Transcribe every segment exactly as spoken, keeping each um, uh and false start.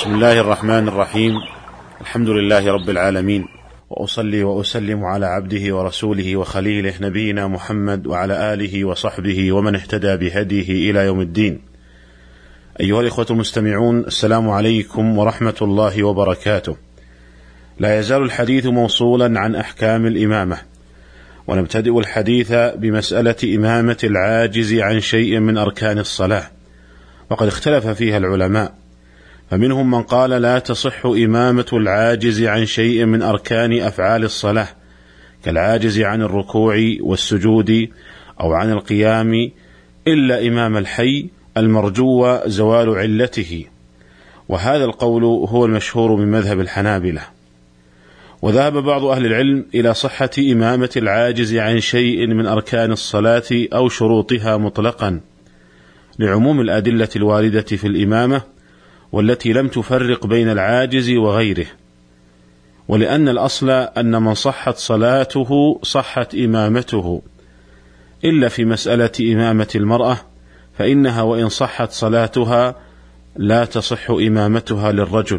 بسم الله الرحمن الرحيم. الحمد لله رب العالمين، وأصلي وأسلم على عبده ورسوله وخليله نبينا محمد وعلى آله وصحبه ومن اهتدى بهديه إلى يوم الدين. أيها الإخوة المستمعون، السلام عليكم ورحمة الله وبركاته. لا يزال الحديث موصولا عن أحكام الإمامة، ونبتدئ الحديث بمسألة إمامة العاجز عن شيء من أركان الصلاة، وقد اختلف فيها العلماء، فمنهم من قال لا تصح إمامة العاجز عن شيء من أركان أفعال الصلاة، كالعاجز عن الركوع والسجود أو عن القيام، إلا إمام الحي المرجو زوال علته، وهذا القول هو المشهور من مذهب الحنابلة. وذهب بعض أهل العلم إلى صحة إمامة العاجز عن شيء من أركان الصلاة أو شروطها مطلقا، لعموم الأدلة الواردة في الإمامة والتي لم تفرق بين العاجز وغيره، ولأن الأصل أن من صحت صلاته صحت إمامته، إلا في مسألة إمامة المرأة، فإنها وإن صحت صلاتها لا تصح إمامتها للرجل.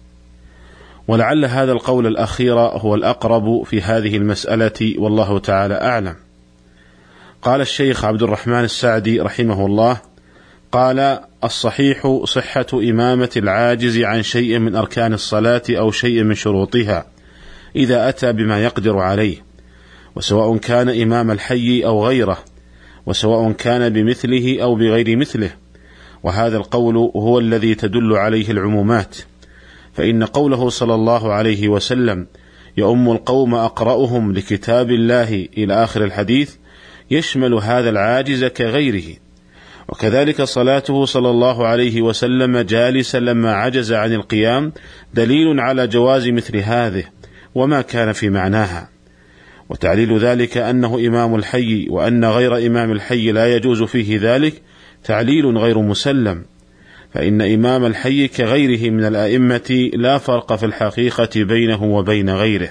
ولعل هذا القول الأخير هو الأقرب في هذه المسألة، والله تعالى أعلم. قال الشيخ عبد الرحمن السعدي رحمه الله: قال: الصحيح صحة إمامة العاجز عن شيء من أركان الصلاة أو شيء من شروطها إذا أتى بما يقدر عليه، وسواء كان إمام الحي أو غيره، وسواء كان بمثله أو بغير مثله، وهذا القول هو الذي تدل عليه العمومات، فإن قوله صلى الله عليه وسلم: يؤم القوم أقرأهم لكتاب الله إلى آخر الحديث يشمل هذا العاجز كغيره. وكذلك صلاته صلى الله عليه وسلم جالسا لما عجز عن القيام دليل على جواز مثل هذه وما كان في معناها. وتعليل ذلك أنه إمام الحي، وأن غير إمام الحي لا يجوز فيه ذلك، تعليل غير مسلم، فإن إمام الحي كغيره من الأئمة لا فرق في الحقيقة بينه وبين غيره.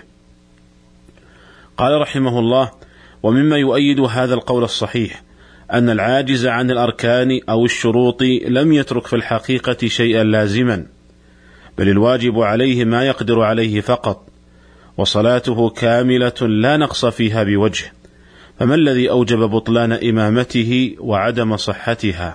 قال رحمه الله: ومما يؤيد هذا القول الصحيح أن العاجز عن الأركان أو الشروط لم يترك في الحقيقة شيئا لازما، بل الواجب عليه ما يقدر عليه فقط، وصلاته كاملة لا نقص فيها بوجه، فما الذي أوجب بطلان إمامته وعدم صحتها؟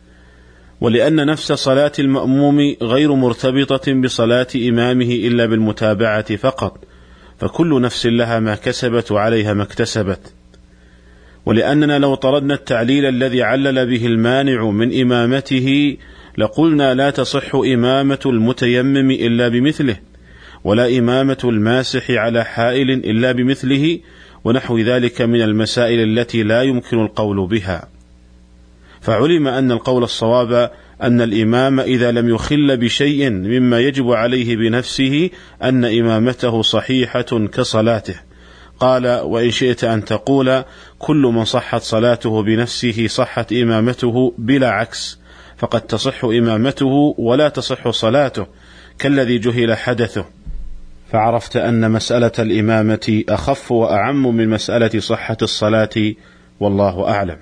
ولأن نفس صلاة المأموم غير مرتبطة بصلاة إمامه إلا بالمتابعة فقط، فكل نفس لها ما كسبت وعليها ما اكتسبت. ولأننا لو طردنا التعليل الذي علل به المانع من إمامته لقلنا لا تصح إمامة المتيمم إلا بمثله، ولا إمامة الماسح على حائل إلا بمثله، ونحو ذلك من المسائل التي لا يمكن القول بها. فعلم أن القول الصواب أن الإمام إذا لم يخل بشيء مما يجب عليه بنفسه أن إمامته صحيحة كصلاته. قال: وإن شئت أن تقول كل من صحت صلاته بنفسه صحت إمامته بلا عكس، فقد تصح إمامته ولا تصح صلاته، كالذي جهل حدثه، فعرفت أن مسألة الإمامة أخف وأعم من مسألة صحة الصلاة، والله أعلم.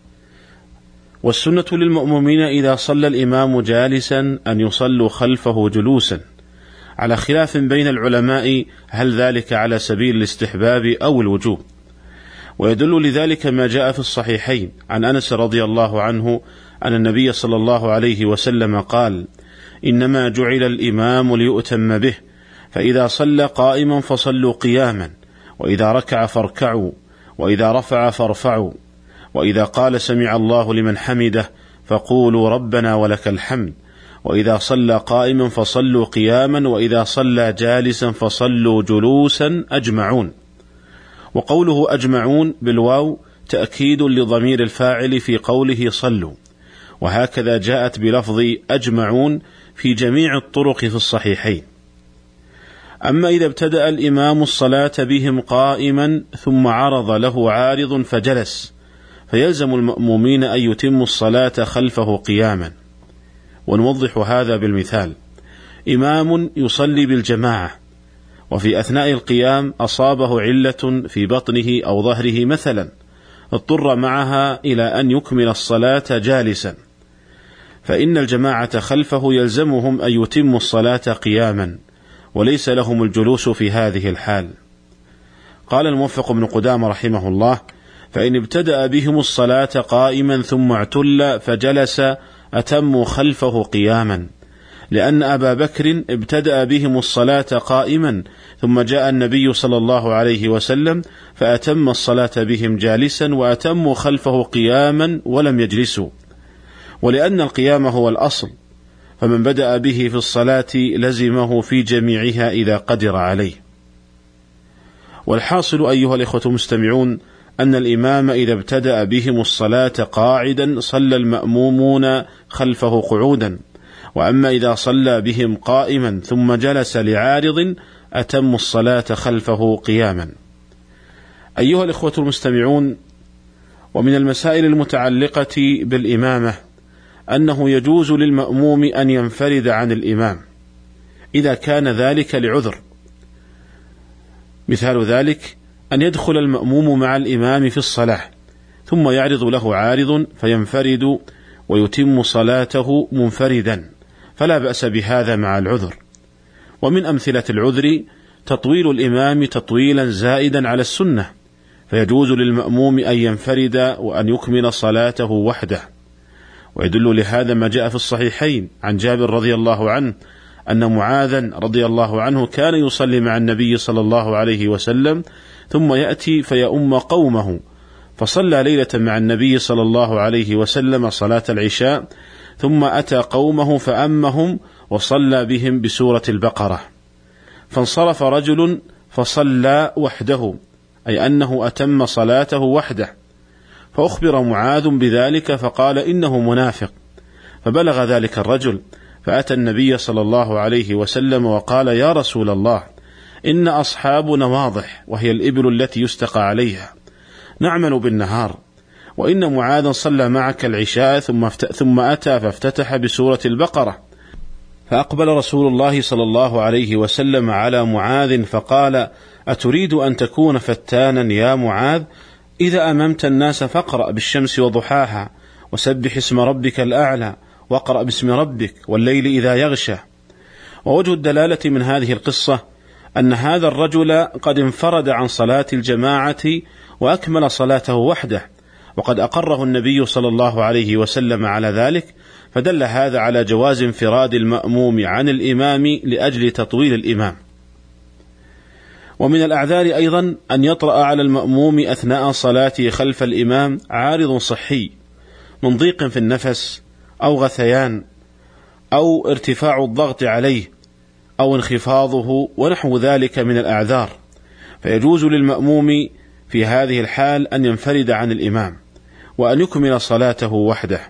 والسنة للمأمومين إذا صلى الإمام جالسا أن يصلوا خلفه جلوسا، على خلاف بين العلماء هل ذلك على سبيل الاستحباب أو الوجوب. ويدل لذلك ما جاء في الصحيحين عن أنس رضي الله عنه أن النبي صلى الله عليه وسلم قال: إنما جعل الإمام ليؤتم به، فإذا صلى قائما فصلوا قياما، وإذا ركع فاركعوا، وإذا رفع فارفعوا، وإذا قال سمع الله لمن حمده فقولوا ربنا ولك الحمد، وإذا صلى قائما فصلوا قياما، وإذا صلى جالسا فصلوا جلوسا أجمعون. وقوله أجمعون بالواو تأكيد لضمير الفاعل في قوله صلوا، وهكذا جاءت بلفظ أجمعون في جميع الطرق في الصحيحين. أما إذا ابتدأ الإمام الصلاة بهم قائما ثم عرض له عارض فجلس، فيلزم المأمومين أن يتموا الصلاة خلفه قياما. ونوضح هذا بالمثال: إمام يصلي بالجماعة، وفي أثناء القيام أصابه علة في بطنه أو ظهره مثلا، اضطر معها إلى أن يكمل الصلاة جالسا، فإن الجماعة خلفه يلزمهم أن يتموا الصلاة قياما، وليس لهم الجلوس في هذه الحال. قال الموفق بن قدامة رحمه الله: فإن ابتدأ بهم الصلاة قائما ثم اعتل فجلس أتموا خلفه قياما، لأن أبا بكر ابتدأ بهم الصلاة قائما ثم جاء النبي صلى الله عليه وسلم فأتم الصلاة بهم جالسا وأتموا خلفه قياما ولم يجلسوا، ولأن القيام هو الأصل، فمن بدأ به في الصلاة لزمه في جميعها إذا قدر عليه. والحاصل أيها الإخوة المستمعون أن الإمام إذا ابتدأ بهم الصلاة قاعدا صلى المأمومون خلفه قعودا، وأما إذا صلى بهم قائما ثم جلس لعارض أتموا الصلاة خلفه قياما. أيها الإخوة المستمعون، ومن المسائل المتعلقة بالإمامة أنه يجوز للمأموم أن ينفرد عن الإمام إذا كان ذلك لعذر. مثال ذلك أن يدخل المأموم مع الإمام في الصلاة ثم يعرض له عارض فينفرد ويتم صلاته منفردا، فلا بأس بهذا مع العذر. ومن أمثلة العذر تطويل الإمام تطويلا زائدا على السنة، فيجوز للمأموم أن ينفرد وأن يكمل صلاته وحده. ويدل لهذا ما جاء في الصحيحين عن جابر رضي الله عنه أن معاذا رضي الله عنه كان يصلي مع النبي صلى الله عليه وسلم ثم يأتي فيؤم قومه، فصلى ليلة مع النبي صلى الله عليه وسلم صلاة العشاء ثم أتى قومه فأمهم وصلى بهم بسورة البقرة، فانصرف رجل فصلى وحده، أي أنه أتم صلاته وحده، فأخبر معاذ بذلك فقال إنه منافق، فبلغ ذلك الرجل فأتى النبي صلى الله عليه وسلم وقال: يا رسول الله، إن أصحابنا واضح، وهي الإبل التي يستقى عليها، نعمل بالنهار، وإن معاذا صلى معك العشاء ثم, ثم أتى فافتتح بسورة البقرة. فأقبل رسول الله صلى الله عليه وسلم على معاذ فقال: أتريد أن تكون فتانا يا معاذ؟ إذا أممت الناس فاقرأ بالشمس وضحاها، وسبح اسم ربك الأعلى، واقرأ باسم ربك والليل إذا يغشى. ووجه الدلالة من هذه القصة أن هذا الرجل قد انفرد عن صلاة الجماعة وأكمل صلاته وحده، وقد أقره النبي صلى الله عليه وسلم على ذلك، فدل هذا على جواز انفراد المأموم عن الإمام لأجل تطويل الإمام. ومن الأعذار أيضا أن يطرأ على المأموم أثناء صلاته خلف الإمام عارض صحي من ضيق في النفس أو غثيان أو ارتفاع الضغط عليه أو انخفاضه ونحو ذلك من الأعذار، فيجوز للمأموم في هذه الحال أن ينفرد عن الإمام وأن يكمل صلاته وحده.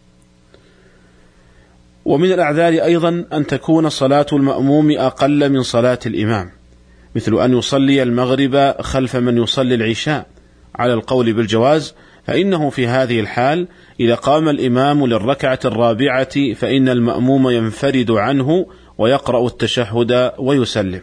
ومن الأعذار أيضا أن تكون صلاة المأموم أقل من صلاة الإمام، مثل أن يصلي المغرب خلف من يصلي العشاء على القول بالجواز، فإنه في هذه الحال إذا قام الإمام للركعة الرابعة فإن المأموم ينفرد عنه ويقرأ التشهد ويسلم.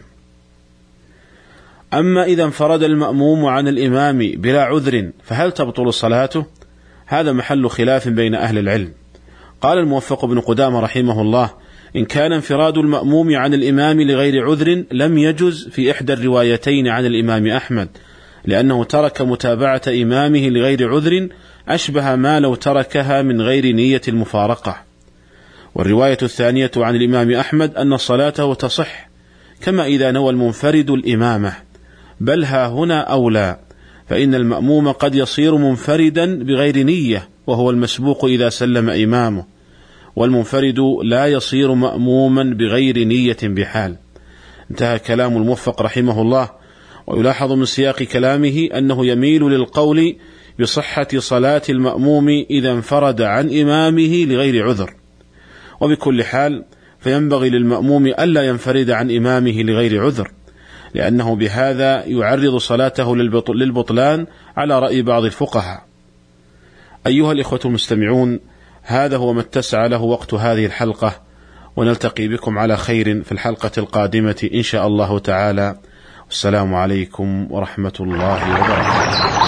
أما إذا انفرد المأموم عن الإمام بلا عذر فهل تبطل صلاته؟ هذا محل خلاف بين أهل العلم. قال الموفق بن قدامة رحمه الله: إن كان انفراد المأموم عن الإمام لغير عذر لم يجز في إحدى الروايتين عن الإمام أحمد، لأنه ترك متابعة إمامه لغير عذر أشبه ما لو تركها من غير نية المفارقة. والرواية الثانية عن الإمام أحمد أن صلاته تصح كما إذا نوى المنفرد الإمامة، بل ها هنا أولى، فإن المأموم قد يصير منفردا بغير نية وهو المسبوق إذا سلم إمامه، والمنفرد لا يصير مأموما بغير نية بحال. انتهى كلام الموفق رحمه الله. ويلاحظ من سياق كلامه أنه يميل للقول بصحة صلاة المأموم إذا انفرد عن إمامه لغير عذر، وبكل حال فينبغي للمأموم ألا ينفرد عن إمامه لغير عذر، لأنه بهذا يعرض صلاته للبطلان على رأي بعض الفقهاء. أيها الإخوة المستمعون، هذا هو ما اتسع له وقت هذه الحلقة، ونلتقي بكم على خير في الحلقة القادمة إن شاء الله تعالى. والسلام عليكم ورحمة الله وبركاته.